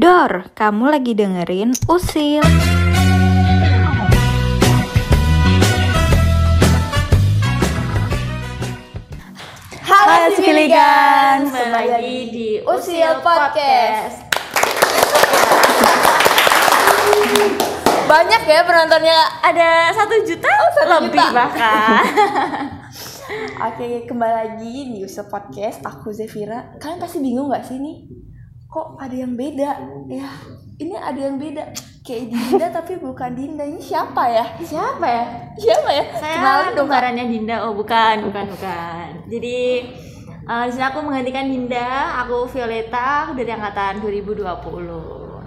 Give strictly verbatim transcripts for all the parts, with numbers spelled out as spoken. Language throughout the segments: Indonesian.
Dor, kamu lagi dengerin Usil. Halo Civiligan, kembali lagi di Usil Podcast. Banyak ya penontonnya, ada satu juta oh, satu lebih juta. bahkan. Oke, kembali lagi di Usil Podcast. Aku Zevira. Kalian pasti bingung nggak sih nih? Kok ada yang beda? Ya, ini ada yang beda. Kayak Dinda tapi bukan Dinda. Ini siapa ya? Siapa ya? Siapa ya? Saya Kenalin dong, Kak. kembarannya Dinda. Oh bukan, bukan, bukan. Jadi uh, di sini aku menggantikan Dinda. Aku Violeta. Aku dari angkatan dua ribu dua puluh.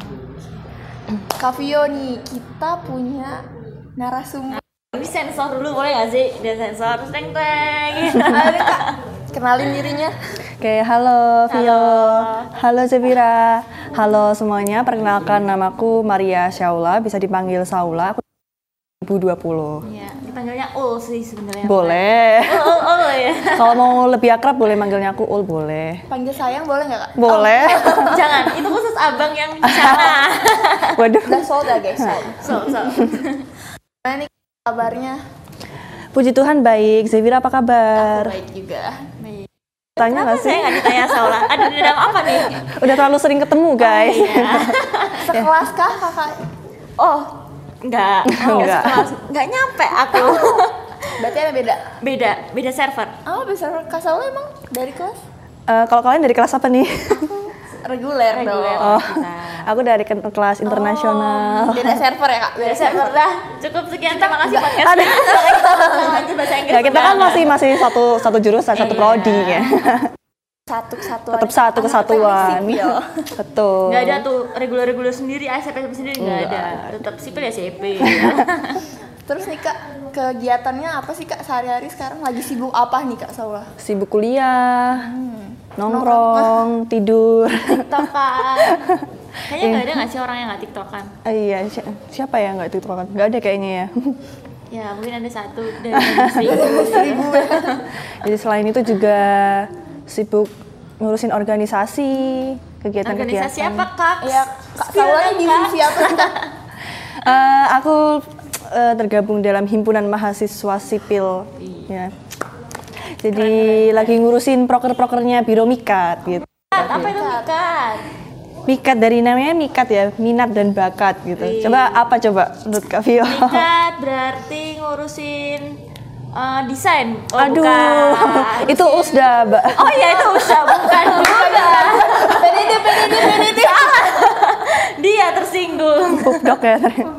Kak Vio nih, kita punya narasumber. Ini sensor dulu boleh nggak sih? Dia sensor, teng teng. Ayo Kak, kenalin dirinya. Oke, halo Vio. Halo Zevira. Halo semuanya, perkenalkan namaku Maria Syaula, bisa dipanggil Saula. Aku dua ribu dua puluh. Iya, dipanggilnya Ul sih sebenarnya. Boleh. Ul, ul, ul ya. Kalau mau lebih akrab boleh manggilnya aku Ul, boleh. Panggil sayang boleh nggak Kak? Boleh. Jangan, itu khusus abang yang di sana. Waduh. Udah sold ya guys. So, so. Nah ini kabarnya. Puji Tuhan baik. Zevira apa kabar? Baik juga. Baik. Tanya nggak Kenapa saya sih? nggak ditanya Saula? Ada di dalam apa nih? Udah terlalu sering ketemu guys. Iya. Sekelas kah kakak? Oh, enggak. Oh, Enggak. sekelas. Enggak nyampe aku. Berarti ada beda. Beda, beda server. Oh bisa Kak Saula emang dari kelas? Eh, kalau kalian dari kelas apa nih? Reguler, Reguler. dong. Oh, aku dari ke- kelas internasional. Beda server ya Kak? Beda server dah. Cukup sekian, terima kasih podcast. Ada. Sekarang kita bakal lanjut bahasa Inggris. Ya, kita kan masih masih satu satu jurusan, satu Iya. prodi ya. Satu kesatuan. Tetap satu kesatuan. Teknik sipil. Betul. Enggak ada tuh reguler-reguler sendiri, A S P sendiri enggak ada. Tetap sipil ya S I P. Terus nih Kak, kegiatannya apa sih Kak sehari-hari sekarang? Lagi sibuk apa nih Kak Saula? Sibuk kuliah, nongkrong, tidur. TikTokan. Kayaknya enggak ada enggak sih orang yang enggak TikTokan? Eh, iya, si- siapa ya nggak tiktokan? Nggak ada kayaknya ya. Ya, mungkin ada satu dari seribu. Jadi selain itu juga sibuk ngurusin organisasi, kegiatan-kegiatan. Organisasi apa, Kak? Ya Kak Saula ini divisi apa nih Kak? Eh, aku eh, tergabung dalam himpunan mahasiswa sipil. Ya. Jadi lagi ngurusin proker-prokernya Biro Mikat gitu. Apa itu Mikat? Mikat dari namanya Mikat ya, minat dan bakat gitu. Wih. Coba apa coba menurut Kak Vio? Mikat berarti ngurusin uh, desain. Oh, Aduh, bukan. itu usda, Mbak. Oh iya itu usah, bukan juga. P D D, P D D, P D D. Dia tersinggung. Pupdok ya.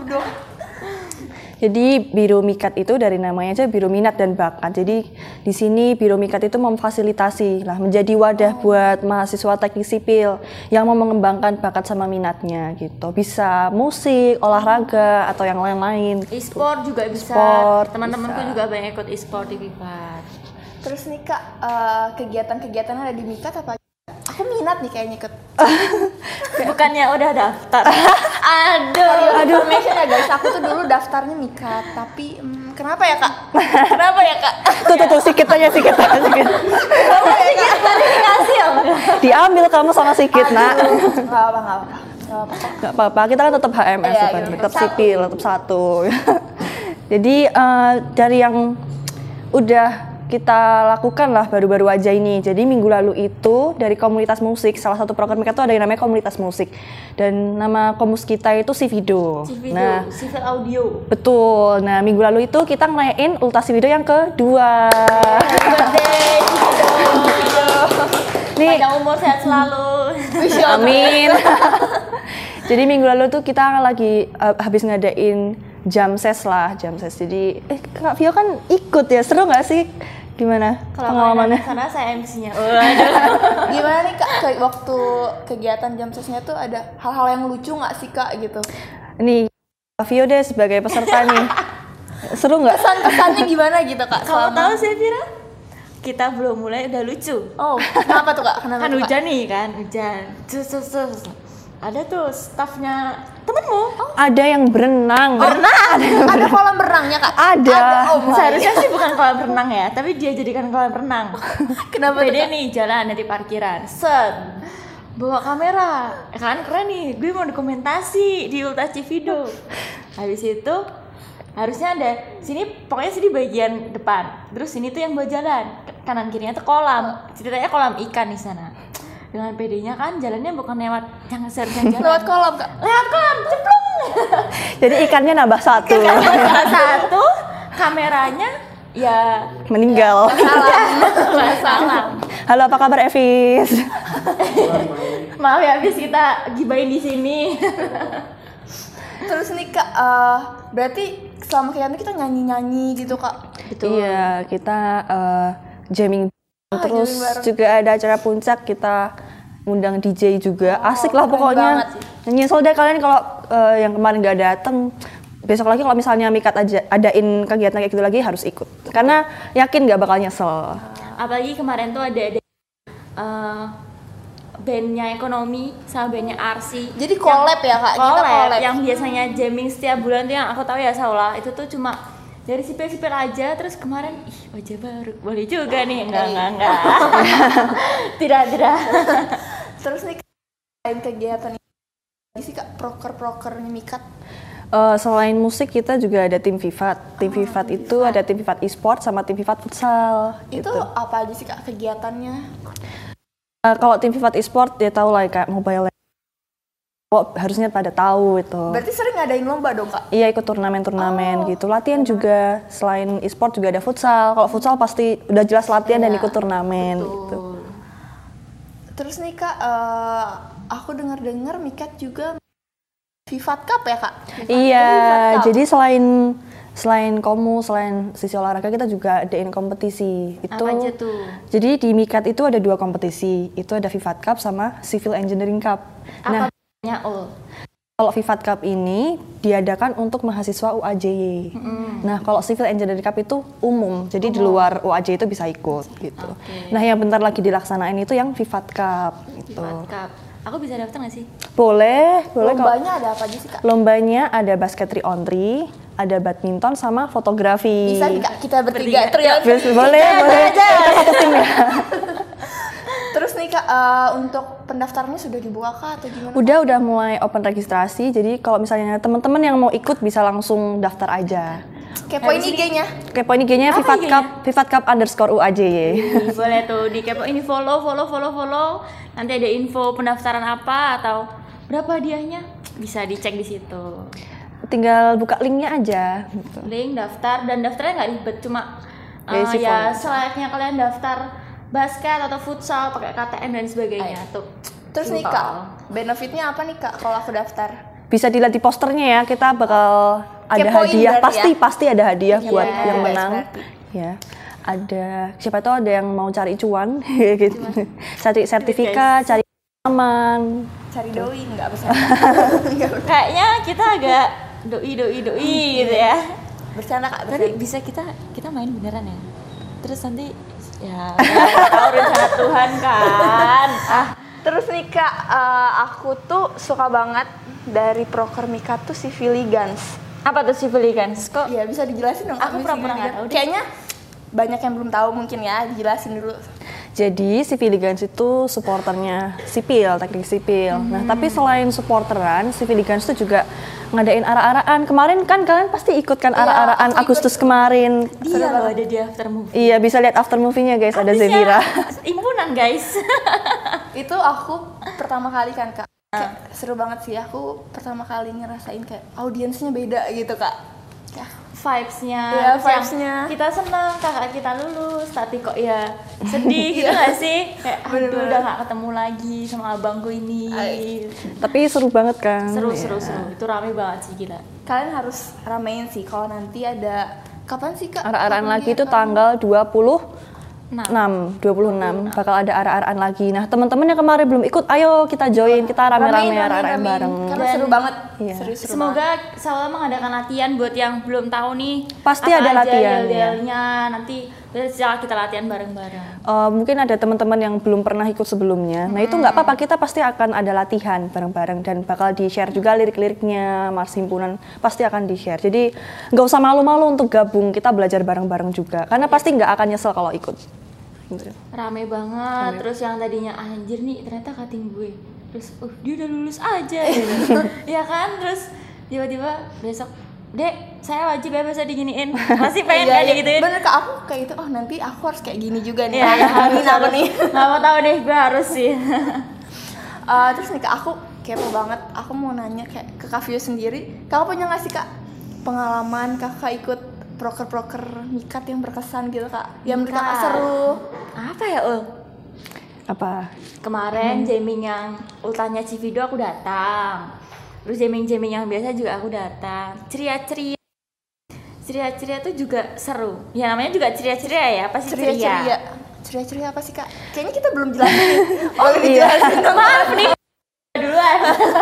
Jadi Biro Mikat itu dari namanya aja Biro Minat dan Bakat. Jadi di sini Biro Mikat itu memfasilitasi lah, menjadi wadah buat mahasiswa teknik sipil yang mau mengembangkan bakat sama minatnya gitu. Bisa musik, olahraga atau yang lain-lain. E-sport juga bisa. Sport Teman-temanku bisa. juga banyak ikut e-sport di Mikat. Terus nih Kak, eh, kegiatan-kegiatan ada di Mikat apa? Aku minat nih kayaknya ikut. Bukannya udah daftar. Aduh. Aduh, information ya guys, aku tuh dulu daftarnya Mikat, tapi hmm, kenapa ya Kak? Kenapa ya Kak? Tuh tuh tuh sikit aja sikit aja sikit. Kenapa ya Kak? Klarifikasi ya. Diambil kamu sama sikit, Nak. Nggak apa-apa, nggak apa-apa. Nggak apa-apa. Nggak apa-apa, kita kan tetap H M S Iya, kan, gitu. tetap Satu. sipil, tetap satu. Jadi eh, dari yang udah kita lakukan lah baru-baru aja ini. Jadi minggu lalu itu dari komunitas musik, salah satu program mereka tuh ada yang namanya komunitas musik. Dan nama komus kita itu Civido. Civido, Nah, civil audio. betul. Nah, minggu lalu itu kita ngerayain Ultas Civido yang kedua. Birthday, Civido. Nih, Panjang umur, sehat selalu. amin. Jadi minggu lalu tuh kita lagi uh, habis ngadain jam ses lah, jam ses. Jadi eh Kak Vio kan ikut ya, seru nggak sih? Gimana Kalau pengalamannya? karena saya M C-nya. Waduh. Gimana nih Kak, ke- waktu kegiatan jam sesnya tuh ada hal-hal yang lucu nggak sih Kak gitu? Nih Kak Vio deh sebagai peserta nih, seru nggak? Kesan-kesannya gimana gitu Kak? Kamu selama- tahu sih Vira? Kita belum mulai udah lucu. Oh, kenapa tuh Kak? Kenapa Kan tuh, Kak? hujan nih kan, hujan. Terus, terus, terus. Ada tuh staffnya temenmu. Ada yang berenang. Berenang. Ada kolam berenangnya Kak? Ada. Oh my. Seharusnya sih bukan kolam renang ya, tapi dia jadikan kolam renang. Kenapa tuh Beda Kak? nih jalan dari parkiran. Set. bawa kamera, ya kan keren nih, gue mau dokumentasi di Ulta Civido. Habis itu harusnya ada sini, pokoknya sini bagian depan, terus sini tuh yang buat jalan, kanan kirinya tuh kolam, ceritanya kolam ikan di sana. Dengan pedenya kan jalannya bukan lewat yang seharusnya jalan, Lewat kolam kak. lewat kolam, ceplung. Jadi ikannya nambah satu. Salah satu kameranya ya Meninggal. salah, salah. Halo, apa kabar Evis? Maaf ya, habis kita gibain di sini. Terus nih kak, eh, berarti selama kegiatan kita nyanyi-nyanyi gitu kak. Iya, kita uh, jamming. Terus jamming bareng. juga ada acara puncak, kita ngundang D J juga. Asik lah keren pokoknya. banget sih. Nyesel deh kalian kalau uh, yang kemarin gak dateng. Besok lagi kalau misalnya Mikat aja adain kegiatan kayak gitu lagi harus ikut. Karena yakin gak bakal nyesel. Apalagi kemarin tuh ada ada uh, bandnya Ekonomi sama bandnya Arsi. Jadi collab ya kak, kita Collab, collab. yang biasanya jamming setiap bulan tuh yang aku tahu ya Saula, itu tuh cuma dari sipil-sipil aja. Terus kemarin ih wajah baru, boleh juga nih. Enggak, enggak, enggak. Tidak, tidak. Terus nih selain kegiatan ini sih kak, proker-prokernya Mikat. Uh, selain musik kita juga ada tim Vivat. Tim Vivat itu ada tim Vivat e-sport sama tim Vivat futsal. Itu gitu. apa aja sih kak kegiatannya? Uh, kalau tim Vivat e-sport dia tahu lah kayak Mobile Legends. Oh, harusnya pada tahu itu. Berarti sering ngadain lomba dong kak? Iya, ikut turnamen-turnamen gitu. Latihan juga, selain e-sport juga ada futsal. Kalau futsal pasti udah jelas latihan dan ikut turnamen gitu. Terus nih kak, eh, aku dengar-dengar Mikat juga Vivat Cup ya kak? Vivat- Iya, Vivat Cup. jadi selain selain komu, selain sisi olahraga kita juga adain kompetisi. Itu Apa aja tuh? Jadi di Mikat itu ada dua kompetisi. Itu ada Vivat Cup sama Civil Engineering Cup. Nah, Apa bedanya ul? kalau Vivat Cup ini diadakan untuk mahasiswa U A J Y. Nah, kalau Civil Engineering Cup itu umum, jadi di luar U A J Y itu bisa ikut gitu. Oke. Nah, yang bentar lagi dilaksanain itu yang Vivat Cup gitu. Vivat Cup. Aku bisa daftar nggak sih? Boleh, boleh kok. Lombanya ada apa aja sih kak? Lombanya ada basket three on three, ada badminton sama fotografi. Bisa nih kak, kita bertiga Bertiga. trio. Bis- boleh, boleh. Kita satu tim ya. Terus nih kak, eh, untuk pendaftarannya sudah dibuka kak atau gimana? Udah, udah mulai open registrasi. Jadi kalau misalnya teman-teman yang mau ikut bisa langsung daftar aja. Kepoin I G-nya. Kepoin I G-nya Apa Vivat I G-nya? Cup, Vivat Cup underscore U A J Y. Ih, boleh tuh di kepo ini follow follow follow follow. Nanti ada info pendaftaran apa atau berapa hadiahnya bisa dicek di situ. Tinggal buka linknya aja. Gitu. Link daftar, dan daftarnya nggak ribet, cuma uh, Basic ya format. selayaknya kalian daftar basket atau futsal pakai K T M dan sebagainya tuh. Terus nih kak, benefitnya apa nih kak kalau aku daftar? Bisa dilihat di posternya ya, kita bakal ada Kepoin hadiah. berarti Pasti ya? pasti ada hadiah buat Iya, yang guys, menang. berarti. Ya. Ada siapa tahu ada yang mau cari cuan gitu. Cari sertifikat, cari aman. Cari doi nggak besar. Kayaknya kita agak doi doi doi gitu ya. Bercanda kak, Tapi bercanda. bisa kita kita main beneran ya. Terus nanti ya nggak tahu rencana Tuhan kan. Ah, Terus nih kak, eh, aku tuh suka banget dari proker Mikat tuh si Filigans. apa tuh Civiligans? Kok Iya bisa dijelasin dong. Aku Kak, pura-pura Filigans? nggak tahu deh. Kayaknya banyak yang belum tahu mungkin ya, dijelasin dulu. Jadi Civiligans itu supporternya sipil, teknik sipil. Nah, tapi selain supporteran, Civiligans itu juga ngadain ara-araan. Kemarin kan kalian pasti ikut kan ara-araan aku Agustus kemarin. dia loh ada di after movie. Iya, bisa lihat after movie-nya guys, ada Artisnya Zevira. Impunan guys. Itu aku pertama kali kan kak. Kayak seru banget sih, aku pertama kali ngerasain kayak audiensnya beda gitu kak. Kayak Vibes-nya, Iya, terus yang vibes-nya. kita senang kakak kita lulus, tapi kok ya sedih gitu nggak sih? Kayak aduh Bener-bener. udah nggak ketemu lagi sama abangku ini. Ay. Tapi seru banget kan. Seru Iya. seru seru, itu rame banget sih gila. kalian harus ramein sih kalau nanti ada kapan sih kak? Ara-araan Kapan lagi dia itu akan- tanggal dua puluh Nah, enam, dua puluh enam bakal ada ara-araan lagi. Nah, teman-teman yang kemarin belum ikut, ayo kita join, kita rame-rame Ramein, ramein, ara-araan ramein. bareng. Karena Dan- seru banget. Iya. Serius seru banget. semoga Saula mengadakan latihan buat yang belum tahu nih. Pasti apa ada aja latihan, ya. yel-yelnya. Nanti bisa kita latihan bareng-bareng. Uh, mungkin ada teman-teman yang belum pernah ikut sebelumnya. Nah, itu nggak apa-apa, kita pasti akan ada latihan bareng-bareng dan bakal di-share juga lirik-liriknya, Mars Himpunan pasti akan di-share. Jadi nggak usah malu-malu untuk gabung, kita belajar bareng-bareng juga. Karena pasti nggak akan nyesel kalau ikut. gitu. Rame banget. Rame. Terus yang tadinya anjir nih ternyata cutting gue. Terus uh dia udah lulus aja gitu. Ya kan? Terus tiba-tiba besok, Dek, saya wajib ya bisa diginiin. Masih pengen iya, kan iya. digituin. Bener ke aku kayak gitu. Oh nanti aku harus kayak gini juga nih. Iya, ya, harus apa nih? Nggak mau tahu deh, gue harus sih. uh, terus nih kak, aku kepo banget. Aku mau nanya kayak ke Kak Vio sendiri. Kakak punya nggak sih kak pengalaman kakak ikut proker-proker mikat yang berkesan gitu kak? Yang menurut kakak seru? Apa ya Ul? Apa? Kemarin hmm. jamming yang ultanya Civido aku datang. Terus jamming-jamming yang biasa juga aku datang. Ceria-ceria. Ceria-ceria tuh juga seru. Ya namanya juga ceria-ceria ya, pasti ceria. Ceria-ceria. Ceria-ceria apa sih kak? Kayaknya kita belum jelasin. Oh dijelasin dong. Maaf nih. Duluan.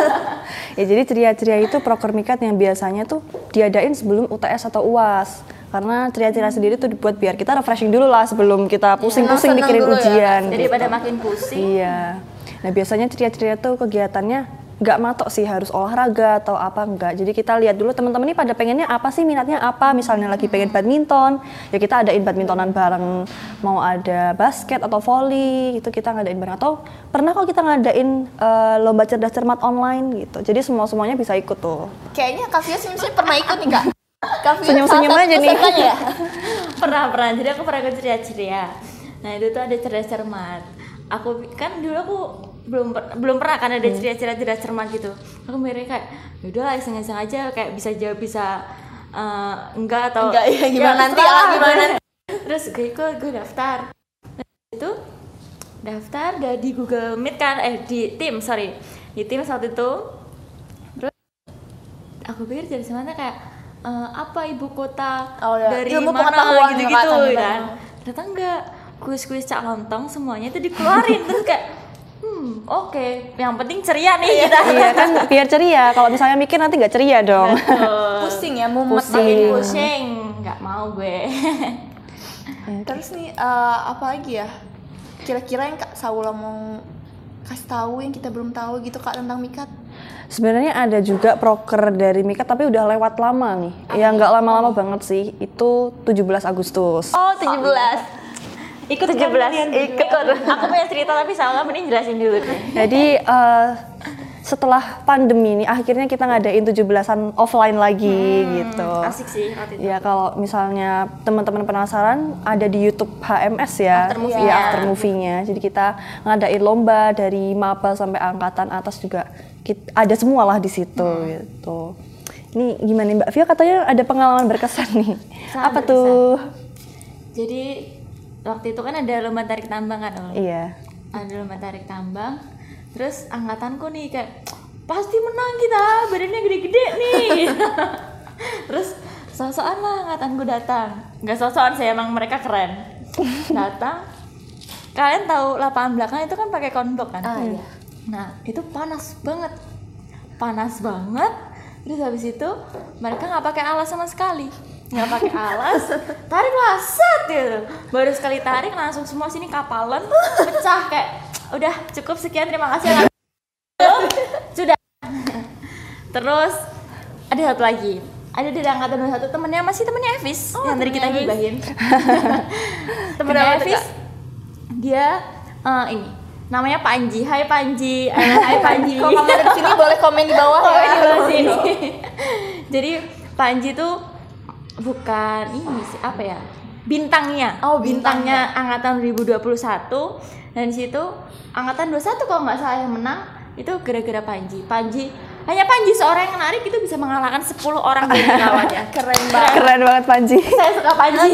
Ya jadi ceria-ceria itu proker mikat yang biasanya tuh diadain sebelum U T S atau U A S. Karena ceria-ceria sendiri tuh dibuat biar kita refreshing dulu lah sebelum kita pusing-pusing ya, mikirin ujian. Ya. Daripada gitu. Makin pusing. Iya. Nah biasanya ceria-ceria tuh kegiatannya nggak matok sih harus olahraga atau apa enggak. Jadi kita lihat dulu teman-teman ini pada pengennya apa sih, minatnya apa. Misalnya lagi pengen badminton, ya kita adain badmintonan bareng. Mau ada basket atau volley, itu kita ngadain bareng. Atau pernah kok kita ngadain uh, lomba cerdas cermat online gitu. Jadi semua-semuanya bisa ikut tuh. Kayaknya Kak Vio senyum-senyum pernah ikut nih kak. Senyum-senyum aja nih. Ya? pernah pernah. Jadi aku pernah ikut ceria-ceria. Nah itu tuh ada cerdas cermat. Aku kan dulu aku belum belum pernah kan ada hmm. ceria-ceria cerdas cermat gitu. Aku mikirnya kayak yaudahlah iseng-iseng aja, kayak bisa jawab bisa uh, enggak atau enggak ya gimana ya, nanti ya gimana. Terus gue ikut, gue daftar. Nah, itu daftar udah di Google Meet kan, eh di Teams sorry di Teams waktu itu. Terus aku pikir jadi semana kayak uh, apa ibu kota oh, ya. dari ilmu mana gitu-gitu kan. Ternyata enggak, kuis-kuis Cak Lontong semuanya itu dikeluarin. Terus kayak hmm oke okay. Yang penting ceria nih kita. Iya kan biar ceria, kalau misalnya mikir nanti nggak ceria dong. Betul. Pusing ya, mumet pusing. pusing nggak mau gue. Terus nih uh, apa lagi ya kira-kira yang Kak Saula mau kasih tahu yang kita belum tahu gitu kak tentang mikat? Sebenarnya ada juga proker dari mikat tapi udah lewat lama nih. Ya nggak lama-lama banget sih. Itu tujuh belas Agustus. Oh tujuh belas. Ikut tujuh belas. Ikut. Aku punya cerita tapi Saula mending jelasin dulu deh. Jadi uh, setelah pandemi ini akhirnya kita ngadain tujuh belasan offline lagi hmm, gitu. Asik sih waktu itu. Ya kalau misalnya teman-teman penasaran ada di YouTube H M S ya. After movie-nya. Ya after movie-nya. Jadi kita ngadain lomba dari maba sampai angkatan atas juga kita, ada semua lah di situ hmm. gitu. Ini gimana Mbak Vio, katanya ada pengalaman berkesan nih. Sangat apa berkesan. tuh? Jadi waktu itu kan ada lomba tarik tambang kan, Ol? Iya. Ada lomba tarik tambang. Terus angkatanku nih kayak pasti menang kita, badannya gede-gede nih. Terus so-soan lah angkatanku datang. Nggak so-soan sih, emang mereka keren. Datang. Kalian tahu lapangan belakang itu kan pakai konbok kan? Ah, iya. Nah itu panas banget, panas banget. Terus habis itu mereka nggak pakai alas sama sekali, nggak pakai alas, tarik lah set gitu. Baru sekali tarik langsung semua sini kapalan, pecah kayak udah cukup sekian terima kasih. Sudah. Terus ada satu lagi, ada dari angkatan dua puluh satu temennya masih temennya Evis oh, yang tadi kita gibahin. Temennya Evis, dia uh, ini. Namanya Panji. Hai Panji. Hai Panji. Kalau kamu ada di sini boleh komen di bawah ya. Di bawah sini. Jadi Panji tuh bukan ini sih apa ya? Bintangnya. Oh, bintangnya, bintangnya angkatan dua ribu dua puluh satu dan di situ angkatan dua puluh satu kalau nggak salah yang menang itu gara-gara Panji. Panji hanya Panji seorang yang menarik itu bisa mengalahkan sepuluh orang dari kawannya. Keren banget. Keren banget Panji. Saya suka Panji.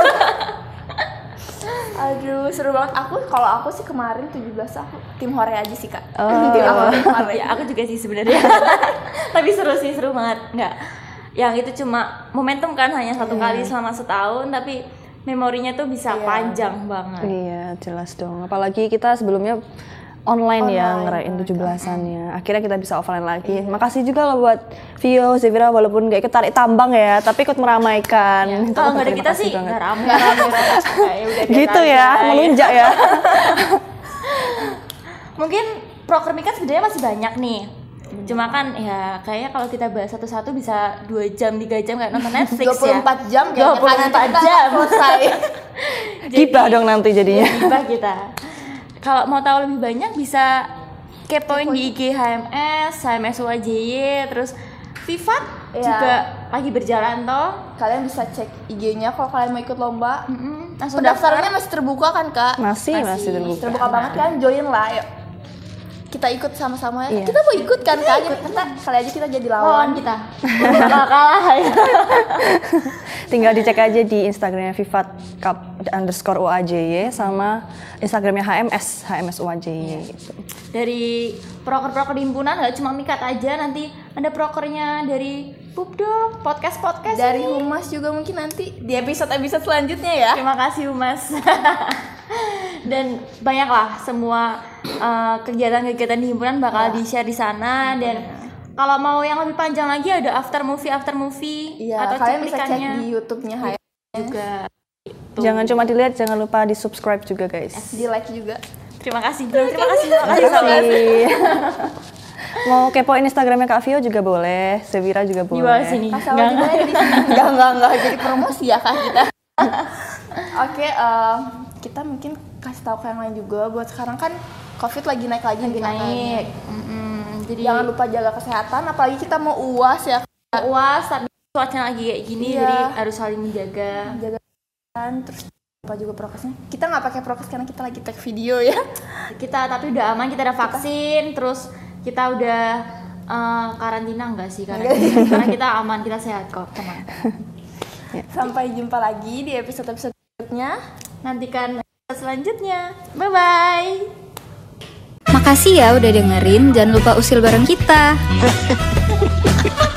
Aduh seru banget. Aku kalau aku sih kemarin tujuh belas aku tim hore aja sih kak. Oh. Tim aku tim hore. Ya aku juga sih sebenarnya. Tapi seru sih, seru banget. Enggak. Yang itu cuma momentum kan hanya satu yeah. kali selama setahun tapi memorinya tuh bisa yeah. panjang banget. Iya, jelas dong. Apalagi kita sebelumnya online, online ya ngerayain tujuh belasannya. Akhirnya kita bisa offline lagi. Iya. Makasih juga loh buat Vio, Zefira walaupun gak ikut tarik tambang ya, tapi ikut meramaikan. Iya. Kalau nggak ada kita sih nggak ramai. Gitu ya, melunjak ya. Mungkin proker mikat sebenarnya masih banyak nih. Cuma kan ya kayaknya kalau kita bahas satu-satu bisa dua jam, tiga jam kayak nonton Netflix dua puluh empat ya. jam kayaknya dua puluh empat karena kita jam selesai. Gibah dong nanti jadinya. Gibah kita. Kalau mau tahu lebih banyak bisa kepoin di I G H M S, H M S U A J Y, terus Vivat Ya. juga lagi berjalan toh. Kalian bisa cek I G-nya kalau kalian mau ikut lomba. Mm-mm, langsung Pendaftarannya masih terbuka kan kak? Masih, masih, Masih. terbuka. Terbuka banget kan, join lah yuk. Kita ikut sama-sama ya. Iya. Kita mau ikut kan kak? Jadi kita kali aja kita jadi lawan lawan. kita. Bakal kalah ya. Tinggal dicek aja di Instagramnya Vivat Cup underscore U A J Y sama Instagramnya H M S H M S U A J Y gitu. Dari proker-proker di himpunan nggak cuma Mikat aja, nanti ada prokernya dari Pupdo, podcast-podcast Dari ini. Humas juga mungkin nanti di episode-episode selanjutnya ya. Terima kasih Humas. Dan banyaklah semua uh, kegiatan-kegiatan di himpunan bakal Ya. di-share di sana. Dan kalau mau yang lebih panjang lagi ada after movie after movie Iya, atau kalian bisa cek cuplikannya di YouTube-nya H M S juga. Jangan cuma dilihat, jangan lupa di subscribe juga guys. di like juga. Terima kasih, terima kasih, terima kasih. Terima kasih. Mau kepoin Instagramnya Kak Vio juga boleh, Zefira juga Di bawah boleh. sini. Kasih Nggak, juga ya di sini. Enggak, enggak, enggak jadi promosi ya kak kita. Oke, eh, kita mungkin kasih tahu ke yang lain juga. Buat sekarang kan COVID lagi naik lagi, lagi nih, Kak. naik. Mm-mm, Jadi Jangan lupa jaga kesehatan, apalagi kita mau uas ya. U A S tapi cuacanya lagi kayak gini, Iya. jadi harus saling menjaga. Jaga kesehatan, terus lupa juga prokesnya. Kita nggak pakai prokes karena kita lagi tag video ya. Kita tapi udah aman, kita udah vaksin, terus kita udah eh, karantina enggak sih karantina? Karena kita aman, kita sehat kok, teman. Sampai jumpa lagi di episode-episode berikutnya. Nantikan episode selanjutnya. Bye bye. Makasih ya udah dengerin, jangan lupa usil bareng kita.